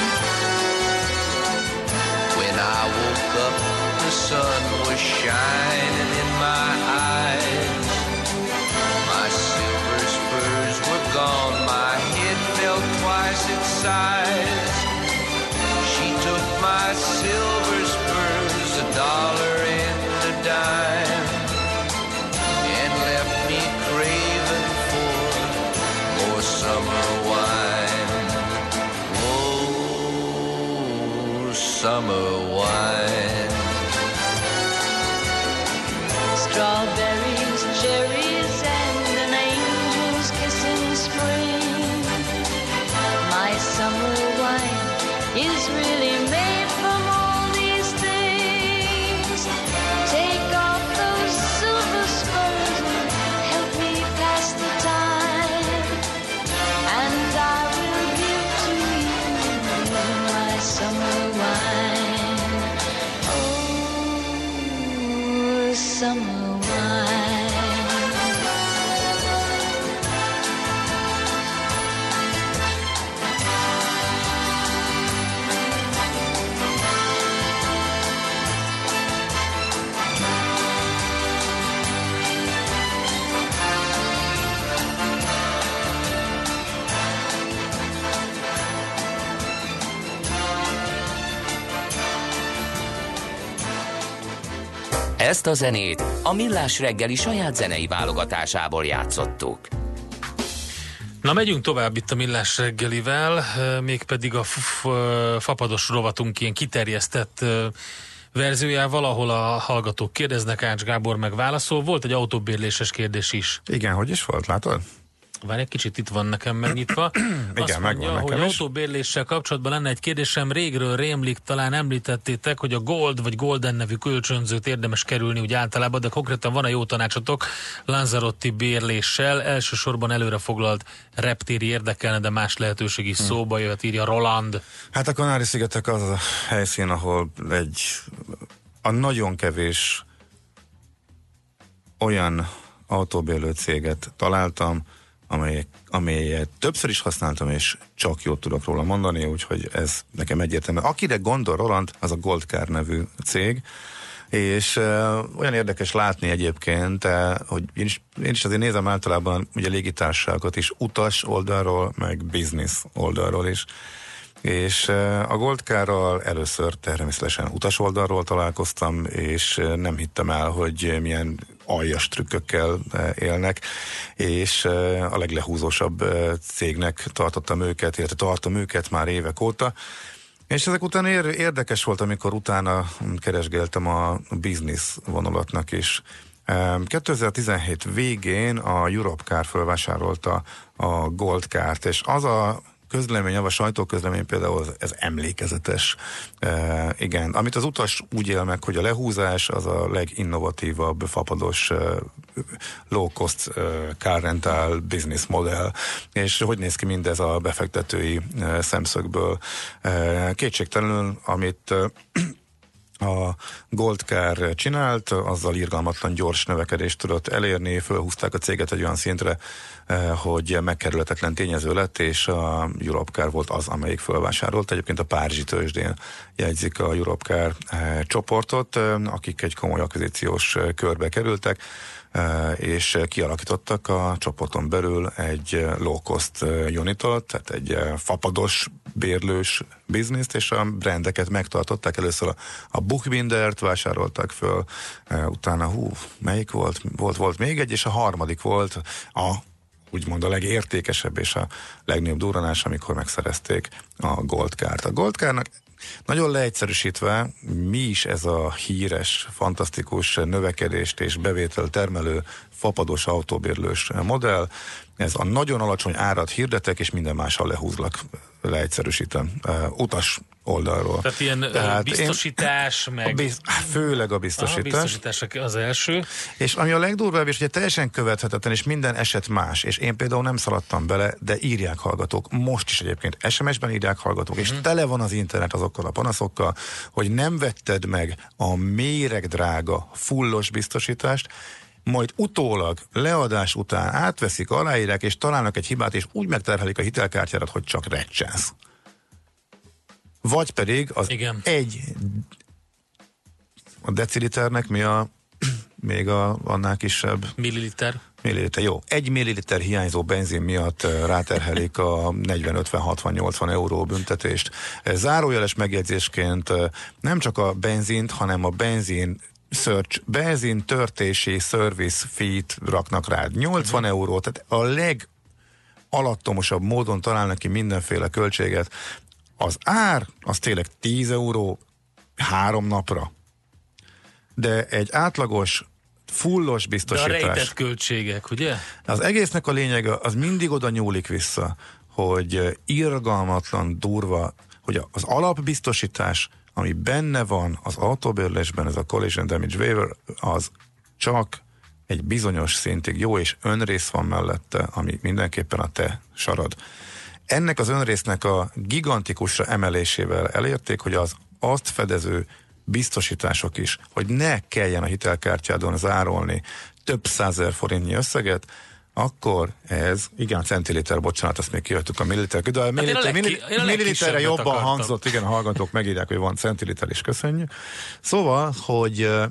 When I woke up, the sun was shining in my eyes. My silver spurs were gone, my head fell twice its size. She took my silver spurs, a dollar and a dime, and left me craving for more summer wine. Oh, summer wine. Strawberries, cherries, and an angel's kiss in spring. My summer wine is really made from all these things. Take off those silver spurs and help me pass the time, and I will give to you my summer wine. Oh, summer. Ezt a zenét a Millás reggeli saját zenei válogatásából játszottuk. Na, megyünk tovább itt a Millás reggelivel, mégpedig a fapados rovatunk ilyen kiterjesztett verziójával, ahol a hallgatók kérdeznek, Ács Gábor meg válaszol. Volt egy autóbérléses kérdés is. Igen, hogy is volt, látod? Várj, egy kicsit itt van nekem megnyitva. Igen, azt mondja, hogy autóbérléssel kapcsolatban lenne egy kérdésem, régről rémlik, talán említettétek, hogy a Gold vagy Golden nevű kölcsönzőt érdemes kerülni úgy általában, de konkrétan van a jó tanácsotok Lanzarote bérléssel, elsősorban előrefoglalt reptéri érdekelne, de más lehetőség is szóba jöhet, írja Roland. Hát a Kanári-szigetek az a helyszín, ahol egy a nagyon kevés olyan autóbérlő céget találtam, amely, amelyet többször is használtam, és csak jót tudok róla mondani, úgyhogy ez nekem egyértelmű. Akire gondol Roland, az a Goldcar nevű cég, és uh, olyan érdekes látni egyébként, uh, hogy én is, én is azért nézem általában ugye légitársaságokat is, utas oldalról, meg business oldalról is, és uh, a Goldcarral először természetesen utas oldalról találkoztam, és uh, nem hittem el, hogy milyen aljas trükkökkel élnek, és a leglehúzósabb cégnek tartottam őket, illetve tartom őket már évek óta, és ezek után érdekes volt, amikor utána keresgéltem a business vonulatnak is. kétezer-tizenhét végén a Europcar felvásárolta a Goldcart, és az a közlemény, a sajtóközlemény például ez emlékezetes. E, igen, amit az utas úgy él meg, hogy a lehúzás az a leginnovatívabb, fapados, e, low cost e, car rental business modell, és hogy néz ki mindez a befektetői e, szemszögből. E, kétségtelenül, amit e, a Goldcar csinált, azzal irgalmatlan gyors növekedést tudott elérni, fölhúzták a céget egy olyan szintre, hogy megkerülhetetlen tényező lett, és a Europcar volt az, amelyik fölvásárolt. Egyébként a párizsi tőzsdén jegyzik a Europcar csoportot, akik egy komoly akvizíciós körbe kerültek, és kialakítottak a csoporton belül egy low-cost unitot, tehát egy fapados, bérlős bizniszt, és a brandeket megtartották. Először a, a Buchbindert vásárolták föl, utána hú, melyik volt? Volt, volt még egy, és a harmadik volt a úgymond a legértékesebb és a legnagyobb durranás, amikor megszerezték a Goldcart. A Goldcarnak Nagyon leegyszerűsítve, mi is ez a híres, fantasztikus növekedést és bevétel termelő fapados autóbérlős modell. Ez a nagyon alacsony árat hirdetek, és minden mással lehúzlak, leegyszerűsítem, uh, utas oldalról. Tehát ilyen Tehát biztosítás, én, meg... A biz, főleg a biztosítás. A biztosítás az első. És ami a legdurvább, és ugye teljesen követhetetlen, és minden eset más, és én például nem szaladtam bele, de írják hallgatók, most is egyébként es em es-ben írják hallgatók, uh-huh. és tele van az internet azokkal a panaszokkal, hogy nem vetted meg a méregdrága fullos biztosítást, majd utólag, leadás után átveszik, aláírják, és találnak egy hibát, és úgy megterhelik a hitelkártyárat, hogy csak recsensz. Vagy pedig az Igen. egy a deciliternek mi a még a, annál kisebb milliliter. Milliliter, jó. Egy milliliter hiányzó benzin miatt ráterhelik a negyven, ötven, hatvan, nyolcvan euró büntetést. Zárójeles megjegyzésként nem csak a benzint, hanem a benzin search, benzin törtési service fee-t raknak rád. nyolcvan uh-huh. euró, tehát a legalattomosabb módon találnak ki mindenféle költséget. Az ár, az tényleg tíz euró három napra. De egy átlagos, fullos biztosítás. De a rejtett költségek, ugye? Az egésznek a lényege, az mindig oda nyúlik vissza, hogy irgalmatlan, durva, hogy az alapbiztosítás, ami benne van az autóbérlésben, ez a collision damage waiver, az csak egy bizonyos szintig jó, és önrész van mellette, ami mindenképpen a te sarad. Ennek az önrésznek a gigantikusra emelésével elérték, hogy az azt fedező biztosítások is, hogy ne kelljen a hitelkártyádon zárolni több százezer forintnyi összeget, akkor ez, igen, centiliter, bocsánat, azt még kijöttük a milliliter, de a milliliter, hát milliliter, milliliterre jobban akartam. Hangzott, igen, a hallgatók megírják, hogy van centiliter is, köszönjük. Szóval, hogy uh,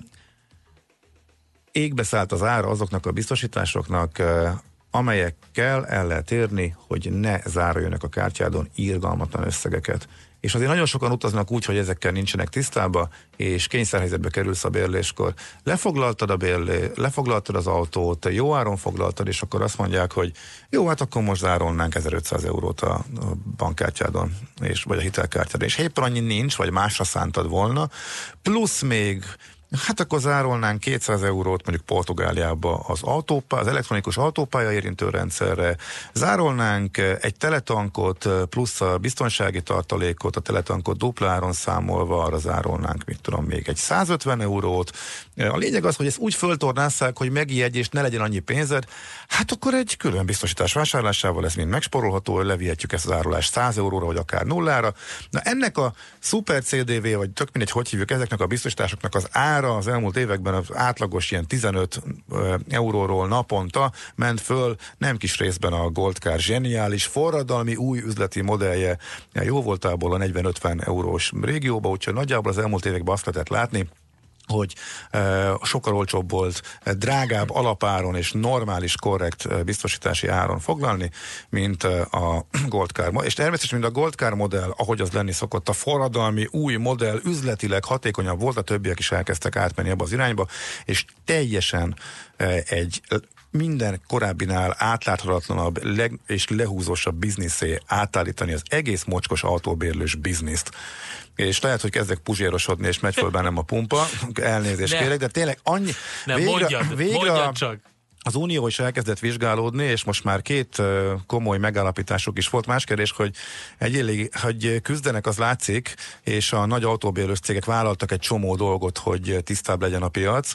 égbe szállt az ára azoknak a biztosításoknak, uh, amelyekkel el lehet érni, hogy ne zároljanak a kártyádon irgalmatlan összegeket. És azért nagyon sokan utaznak úgy, hogy ezekkel nincsenek tisztában, és kényszerhelyzetbe kerülsz a bérléskor. Lefoglaltad a bérlé, lefoglaltad az autót, jó áron foglaltad, és akkor azt mondják, hogy jó, hát akkor most zárolnánk ezerötszáz eurót a, a bankkártyádon, és, vagy a hitelkártyádon. És éppen annyi nincs, vagy másra szántad volna, plusz még hát akkor zárolnánk kétszáz eurót mondjuk Portugáliába az autópá, az elektronikus autópálya érintő rendszerre, zárolnánk egy teletankot plusz a biztonsági tartalékot, a teletankot dupla áron számolva, arra zárolnánk, mit tudom, még egy százötven eurót. A lényeg az, hogy ezt úgy föltornásszák, hogy megijedj és ne legyen annyi pénzed, hát akkor egy külön biztosítás vásárlásával ez mind megsporolható, hogy levihetjük ezt az árulást száz euróra, vagy akár nullára. Na ennek a szuper cé dé vé, vagy tök mindegy, hogy hívjuk, ezeknek a biztosításoknak az ára az elmúlt években az átlagos ilyen tizenöt euróról naponta ment föl, nem kis részben a Goldcar zseniális, forradalmi új üzleti modellje jó voltából a negyven-ötven eurós régióba, úgyhogy nagyjából az elmúlt években azt lehetett látni, hogy e, sokkal olcsóbb volt e, drágább alapáron és normális, korrekt e, biztosítási áron foglalni, mint e, a Goldcar. És természetesen, mint a Goldcar modell, ahogy az lenni szokott, a forradalmi új modell üzletileg hatékonyabb volt, a többiek is elkezdtek átmenni abba az irányba, és teljesen e, egy minden korábbinál átláthatatlanabb leg- és lehúzósabb bizniszé átállítani az egész mocskos autóbérlős bizniszt. És lehet, hogy kezdek puzsérosodni, és megy föl bennem a pumpa, elnézést ne. kérek, de tényleg annyi... Nem, végre, mondjad, végre mondjad csak. Az Unió is elkezdett vizsgálódni, és most már két uh, komoly megállapításuk is volt. Más kérdés, hogy egy hogy küzdenek, az látszik, és a nagy autóbérlős cégek vállaltak egy csomó dolgot, hogy tisztább legyen a piac.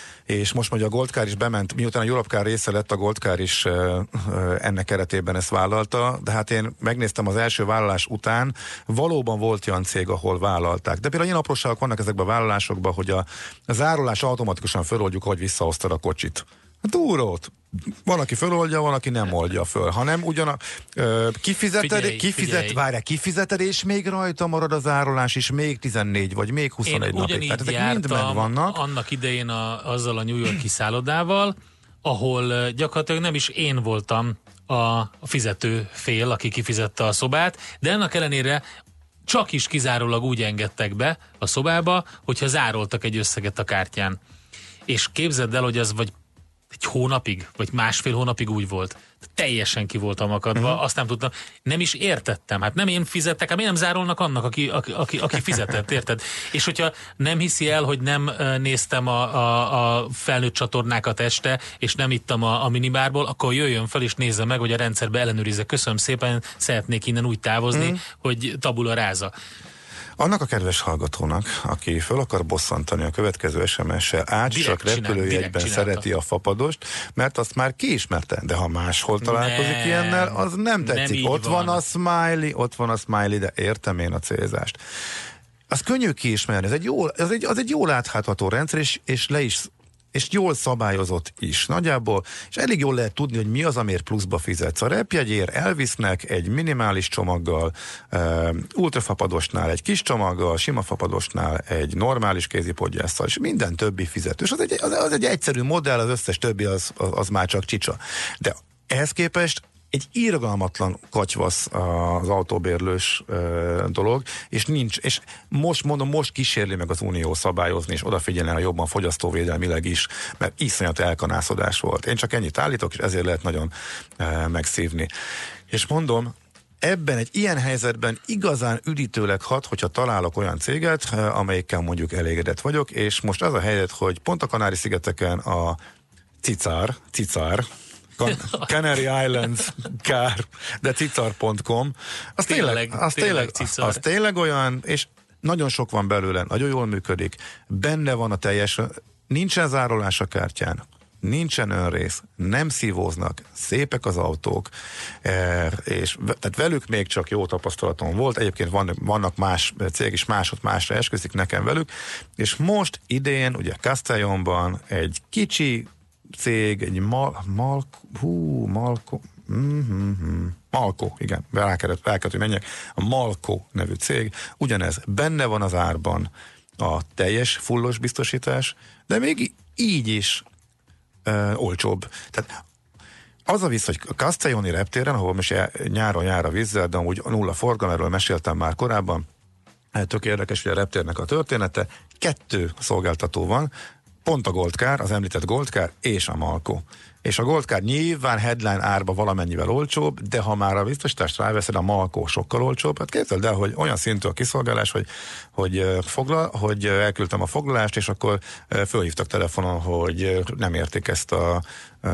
És most mondja a Goldcar is bement, miután a Europcar része lett, a Goldcar is uh, uh, ennek keretében ezt vállalta, de hát én megnéztem az első vállalás után, valóban volt olyan cég, ahol vállalták. De például ilyen apróságok vannak ezekben a vállalásokban, hogy a, a zárolás automatikusan föloldjuk, hogy visszahoztad a kocsit. A túrót. Van, aki föloldja, van, aki nem oldja föl, hanem ugyan a, ö, kifizeted, figyelj, kifizet, figyelj. Várjál, kifizeted, és még rajta marad a zárolás is, még tizennégy, vagy még huszonegy napig. Tehát ezek mind megvannak. Annak idején a, azzal a New York-i szállodával, ahol gyakorlatilag nem is én voltam a, a fizető fél, aki kifizette a szobát, de ennek ellenére csak is kizárólag úgy engedtek be a szobába, hogyha zároltak egy összeget a kártyán. És képzeld el, hogy az vagy egy hónapig, vagy másfél hónapig úgy volt. Teljesen ki voltam akadva, uh-huh. azt nem tudtam, nem is értettem. Hát nem én fizettek, hát miért nem zárolnak annak, aki, aki, aki, aki fizetett, érted? És hogyha nem hiszi el, hogy nem néztem a, a, a felnőtt csatornákat este, és nem ittam a, a minibárból, akkor jöjjön fel, és nézze meg, hogy a rendszerbe ellenőrizze. Köszönöm szépen, szeretnék innen úgy távozni, uh-huh. hogy tabula ráza. Annak a kedves hallgatónak, aki föl akar bosszantani a következő es em es-sel, át csak repülőjegyben szereti a fapadost, mert azt már kiismerte, de ha máshol találkozik nem, ilyennel, az nem tetszik. Nem ott van. van a smiley, ott van a smiley, de értem én a célzást. Az könnyű kiismerni, ez egy jól, ez egy, az egy jól látható rendszer, és, és le is és jól szabályozott is nagyjából, és elég jól lehet tudni, hogy mi az, amért pluszba fizetsz. A repjegyért elvisznek egy minimális csomaggal, uh, ultrafapadosnál egy kis csomaggal, sima fapadosnál egy normális kézipodgyásszal, és minden többi fizetős. Az egy, az, az egy egyszerű modell, az összes többi az, az, az már csak csicsa. De ehhez képest egy irgalmatlan katyvasz az autóbérlős uh, dolog, és nincs, és most mondom, most kísérli meg az Unió szabályozni, és odafigyelni a jobban fogyasztóvédelmileg is, mert iszonyat elkanászodás volt. Én csak ennyit állítok, és ezért lehet nagyon uh, megszívni. És mondom, ebben egy ilyen helyzetben igazán üdítőleg hat, hogyha találok olyan céget, uh, amelyikkel mondjuk elégedett vagyok, és most az a helyzet, hogy pont a Kanári-szigeteken a Cicár, Cicár, Canary Islands kár, de cicar pont com az tényleg, tényleg, az, tényleg, az, az tényleg olyan, és nagyon sok van belőle, nagyon jól működik, benne van a teljes, nincsen zárolás a kártyán, nincsen önrész, nem szívóznak, szépek az autók, és tehát velük még csak jó tapasztalatom volt, egyébként van, vannak más cég is, másod másra esküszik nekem velük, és most idén, ugye Castellonban egy kicsi cég, egy mal, mal, hú, Malco, mm-hmm, Malco, igen, rá kellett, rá kellett, hogy menjek, a Malco nevű cég, ugyanez, benne van az árban a teljes fullos biztosítás, de még így is ö, olcsóbb. Tehát az a vicc, hogy a Castelloni reptéren, ahol most nyáron jár a vízzel, de amúgy nulla forgalom, erről meséltem már korábban, tök érdekes, hogy a reptérnek a története, kettő szolgáltató van, pont a Goldcar, az említett Goldcar és a Malco. És a Goldcar nyilván headline árba valamennyivel olcsóbb, de ha már a biztosítást ráveszed, a Malco sokkal olcsóbb. Hát képzeld el, hogy olyan szintű a kiszolgálás, hogy, hogy, foglal, hogy elküldtem a foglalást, és akkor fölhívtak telefonon, hogy nem értik ezt a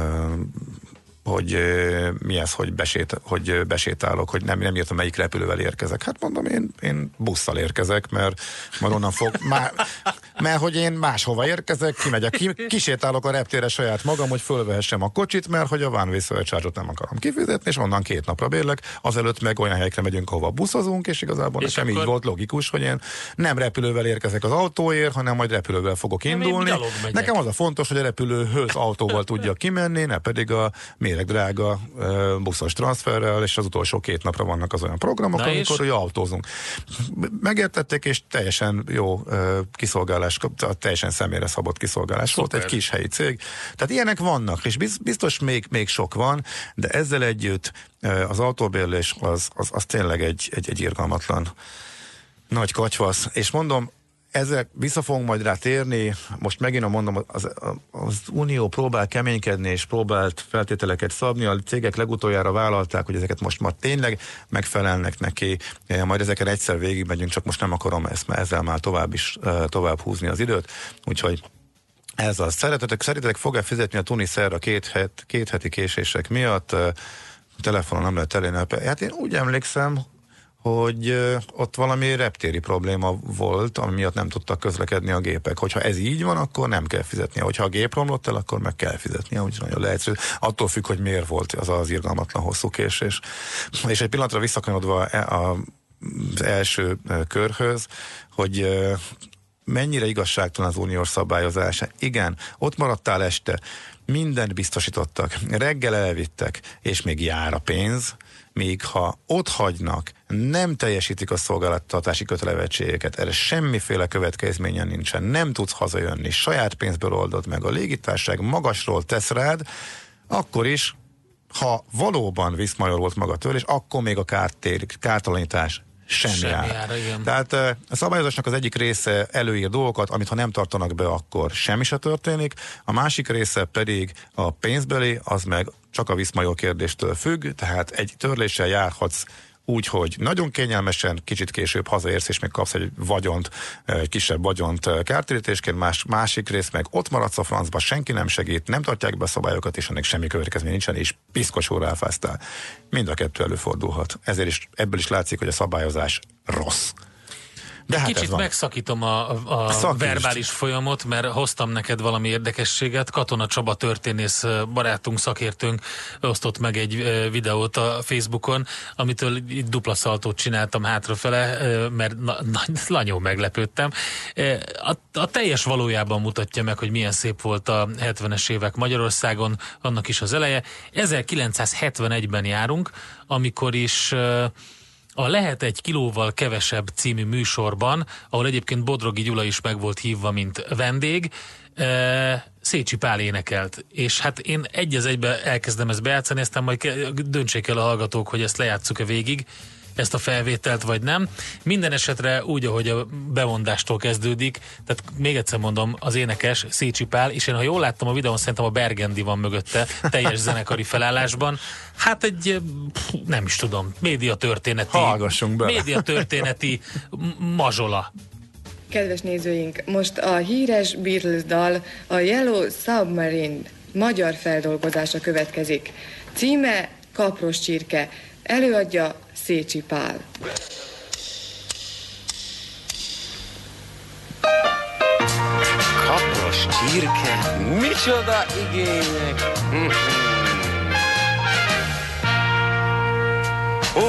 hogy mi ez, hogy, besét, hogy besétálok, hogy nem, nem értem, melyik repülővel érkezek. Hát mondom, én, én busszal érkezek, mert már onnan fog, má, mert hogy én máshova érkezek, kimegyek, ki, kisétálok a reptérre saját magam, hogy fölvehessem a kocsit, mert hogy a One Way Surcharge-ot nem akarom kifizetni, és onnan két napra bérlek, azelőtt meg olyan helyekre megyünk, ahova buszozunk, és igazából és nekem akkor... így volt logikus, hogy én nem repülővel érkezek az autóért, hanem majd repülővel fogok indulni. Nekem az a fontos, hogy a repülőhöz autóval tudja kimenni, ne pedig a drága uh, buszos transferrel, és az utolsó két napra vannak az olyan programok, na amikor ugye autózunk. Megértették, és teljesen jó uh, kiszolgálás, teljesen személyre szabott kiszolgálás Szuper. Volt, egy kis helyi cég. Tehát ilyenek vannak, és biztos még, még sok van, de ezzel együtt uh, az autóbérlés az, az, az tényleg egy, egy, egy irgalmatlan nagy katyvasz. És mondom, ezzel vissza fogunk majd rá térni, most megint mondom, az, az Unió próbál keménykedni, és próbált feltételeket szabni, a cégek legutoljára vállalták, hogy ezeket most már tényleg megfelelnek neki, majd ezeken egyszer végigmegyünk, csak most nem akarom ezt, mert ezzel már tovább is tovább húzni az időt, úgyhogy ez az. Szeretetek, szerintetek fog-e fizetni a Tuniszerra két, het, két heti késések miatt? A telefonon nem lehet elérni. Hát én úgy emlékszem, hogy uh, ott valami reptéri probléma volt, ami miatt nem tudtak közlekedni a gépek. Hogyha ez így van, akkor nem kell fizetnie. Hogyha a gép romlott el, akkor meg kell fizetnie. Úgy nagyon leegyszerű. Attól függ, hogy miért volt az az irgalmatlan hosszú késés. És egy pillanatra visszakanyodva az első uh, körhöz, hogy uh, mennyire igazságtalan az uniós szabályozása. Igen, ott maradtál este, mindent biztosítottak, reggel elvittek, és még jár a pénz, még ha ott hagynak, nem teljesítik a szolgáltatási kötelezettségeket, erre semmiféle következménye nincsen, nem tudsz hazajönni, saját pénzből oldod meg, a légitársaság magasról tesz rád, akkor is, ha valóban viszmajor volt maga törlés, akkor még a kártér, kártalanítás sem, sem jár. jár igen. Tehát a szabályozásnak az egyik része előír dolgokat, amit ha nem tartanak be, akkor semmi se történik, a másik része pedig a pénzbeli, az meg csak a viszmajor kérdéstől függ, tehát egy törléssel járhatsz úgy, hogy nagyon kényelmesen, kicsit később hazaérsz, és még kapsz egy vagyont, egy kisebb vagyont kártérítésként, más, másik rész meg ott maradsz a francba, senki nem segít, nem tartják be a szabályokat, és ennek semmi következmény nincsen, és piszkosul ráfáztál. Mind a kettő előfordulhat. Ezért is, ebből is látszik, hogy a szabályozás rossz. De hát kicsit megszakítom a, a, a verbális folyamot, mert hoztam neked valami érdekességet. Katona Csaba történész barátunk, szakértőnk osztott meg egy videót a Facebookon, amitől itt dupla szaltót csináltam hátrafele, mert na, na, nagyon meglepődtem. A, a teljes valójában mutatja meg, hogy milyen szép volt a hetvenes évek Magyarországon, annak is az eleje. ezerkilencszázhetvenegyben járunk, amikor is a Lehet egy kilóval kevesebb című műsorban, ahol egyébként Bodrogi Gyula is meg volt hívva, mint vendég, Szécsi Pál énekelt. És hát én egy az egybe elkezdem ezt bejátszani, aztán majd döntsék el a hallgatók, hogy ezt lejátsszuk-e végig, ezt a felvételt, vagy nem. Minden esetre úgy, ahogy a bemondástól kezdődik, tehát még egyszer mondom, az énekes Szécsi Pál, és én ha jól láttam a videón, szerintem a Bergendi van mögötte, teljes zenekari felállásban. Hát egy, nem is tudom, médiatörténeti, médiatörténeti mazsola. Kedves nézőink, most a híres Beatles dal, a Yellow Submarine magyar feldolgozása következik. Címe Kapros csirke, előadja Szécsi Pál. Kapros csirke, micsoda igények! Ó,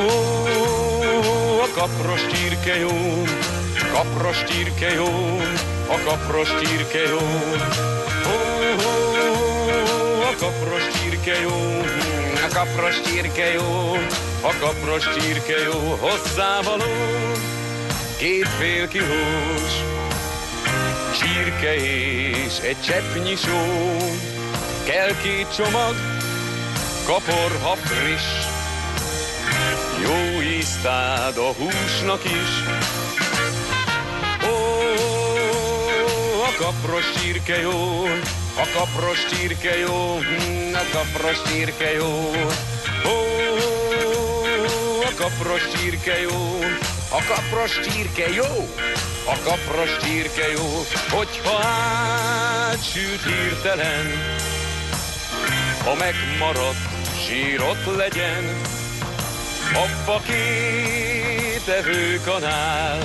a kapros csirke jó, kapros csirke jó, a kapros csirke jó. Ó, a kapros csirke jó, a kapros csirke jó, a kapros csirke jó, hozzávaló két fél kilós csirke és egy cseppnyi só, kell két csomag kaporha friss, jó íztád a húsnak is. Ó, a kapros csirke jó, a kapros csirke jó, a kapros csirke jó. Ó, a kapros csirke jó, a kapros csirke jó, a kapros csirke jó, hogyha átsült hirtelen, ha megmaradt zsírot legyen, abba két evőkanál,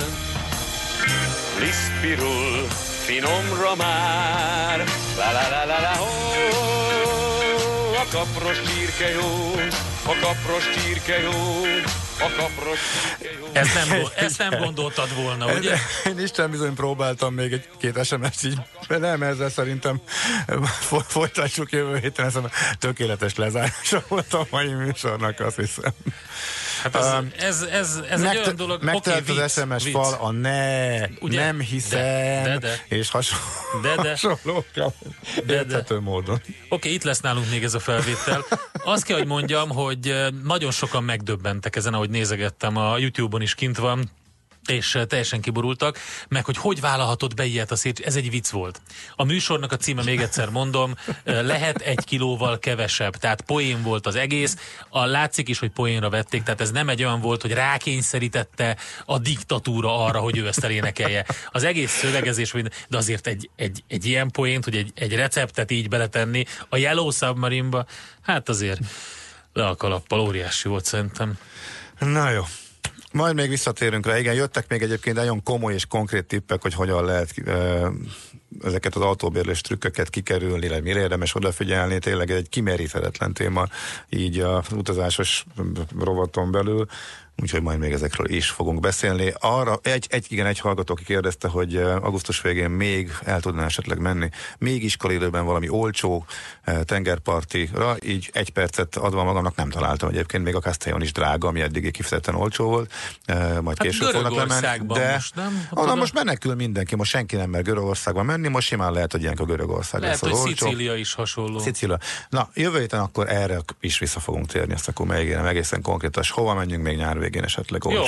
lisztpirul finomra már, la la la la la, oh, a kapros csirke jó, a kapros csirke jó, a kapros csirke jó. Ez nem, ezt nem gondoltad volna, ugye? Én Isten bizony próbáltam még egy-két es em es-t így, de nem, ezzel szerintem folytassuk jövő héten, ez a tökéletes lezárása volt a mai műsornak, azt hiszem. Hát ez, um, ez, ez, ez egy olyan dolog, megtelt okay, az es em es vicc. Fal a ne, ugye? Nem hiszem, de, de, de. És hasonló, de, de. hasonlókkal érthető módon. Oké, okay, itt lesz nálunk még ez a felvétel. Azt kell, hogy mondjam, hogy nagyon sokan megdöbbentek ezen, ahogy nézegettem, a YouTube-on is kint van, és teljesen kiborultak, meg hogy hogy vállalhatod be ilyet a Szécsi, ez egy vicc volt. A műsornak a címe, még egyszer mondom, Lehet egy kilóval kevesebb, tehát poén volt az egész, a látszik is, hogy poénra vették, tehát ez nem egy olyan volt, hogy rákényszerítette a diktatúra arra, hogy ő ezt elénekelje. Az egész szövegezés, de azért egy, egy, egy ilyen poént, hogy egy, egy receptet így beletenni a Yellow Submarine-ba, hát azért le a kalappal, óriási volt szerintem. Na jó. Majd még visszatérünk rá. Igen, jöttek még egyébként nagyon komoly és konkrét tippek, hogy hogyan lehet e, ezeket az autóbérlés trükköket kikerülni, illetve mire érdemes odafigyelni. Tényleg egy kimeríthetetlen téma így az utazásos rovaton belül. Úgyhogy majd még ezekről is fogunk beszélni. Arra egy, egy igen, egy hallgató, aki kérdezte, hogy augusztus végén még el tudná esetleg menni, még iskolaidőben valami olcsó tengerpartira, így egy percet adva magamnak nem találtam. Egyébként még a Castellón is drága, ami eddig kifejezetten olcsó volt. Majd hát később fognak lemenni. De most, nem? Onnan most menekül mindenki, most senki nem mer Görögországban menni, most simán lehet, hogy ilyenkor Görögország lehet, lesz az hogy olcsó. Szicília is hasonló. Szicília. Na, jövő héten akkor erre is vissza fogunk térni, ezt akkor megígérem egészen konkrétan, hova menjünk még nyár végén esetleg olcsón.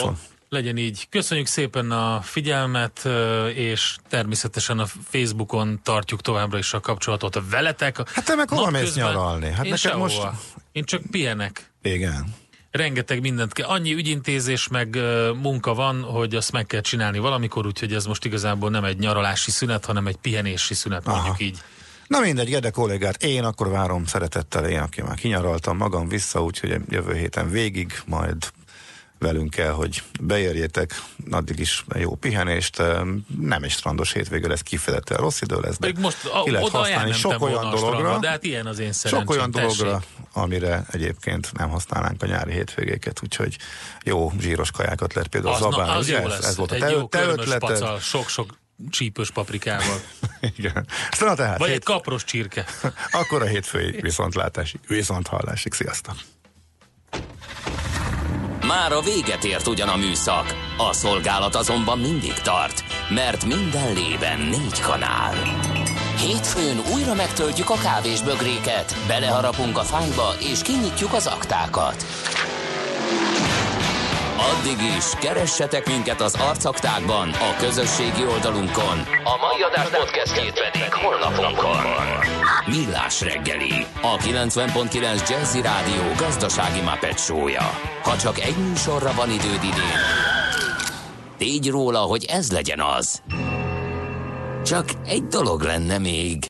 Legyen így. Köszönjük szépen a figyelmet, és természetesen a Facebookon tartjuk továbbra is a kapcsolatot veletek. Hát te meg hova mész nyaralni? Hát én neked most... Én csak pihenek. Igen. Rengeteg mindent kell. Annyi ügyintézés meg uh, munka van, hogy azt meg kell csinálni valamikor, úgyhogy ez most igazából nem egy nyaralási szünet, hanem egy pihenési szünet, mondjuk Aha. így. Na mindegy, Gede kollégát én akkor várom szeretettel, én, aki már kinyaraltam magam vissza, úgyhogy jövő héten végig, majd velünk kell, hogy beérjétek, addig is jó pihenést, nem egy strandos hétvége lesz, kifejezetten rossz idő lesz, de most a, ki lehet használni sok olyan dologra, strandra, de hát ilyen az én sok olyan dologra, amire egyébként nem használnánk a nyári hétvégéket, úgyhogy jó zsíros kajákat lehet például az, zabálni, na, az ugye? Jó Ez, ez volt egy a te, jó te ötleted. Pacal, sok-sok csípős paprikával. Igen. Aztán, tehát, Vagy hét... egy kapros csirke. Akkor a hétfői viszontlátásig, viszonthallásig. Sziasztok! Már a véget ért ugyan a műszak, a szolgálat azonban mindig tart, mert minden lében négy kanál. Hétfőn újra megtöltjük a kávésbögréket, beleharapunk a fányba és kinyitjuk az aktákat. Addig is keressetek minket az arcaktákban, a közösségi oldalunkon, a mai adás podcastjét pedig honlapunkon. Millás reggeli, a kilencven pont kilenc Jazzy Rádió gazdasági Muppet show-ja. Ha csak egy műsorra van időd idén, tégy róla, hogy ez legyen az. Csak egy dolog lenne még.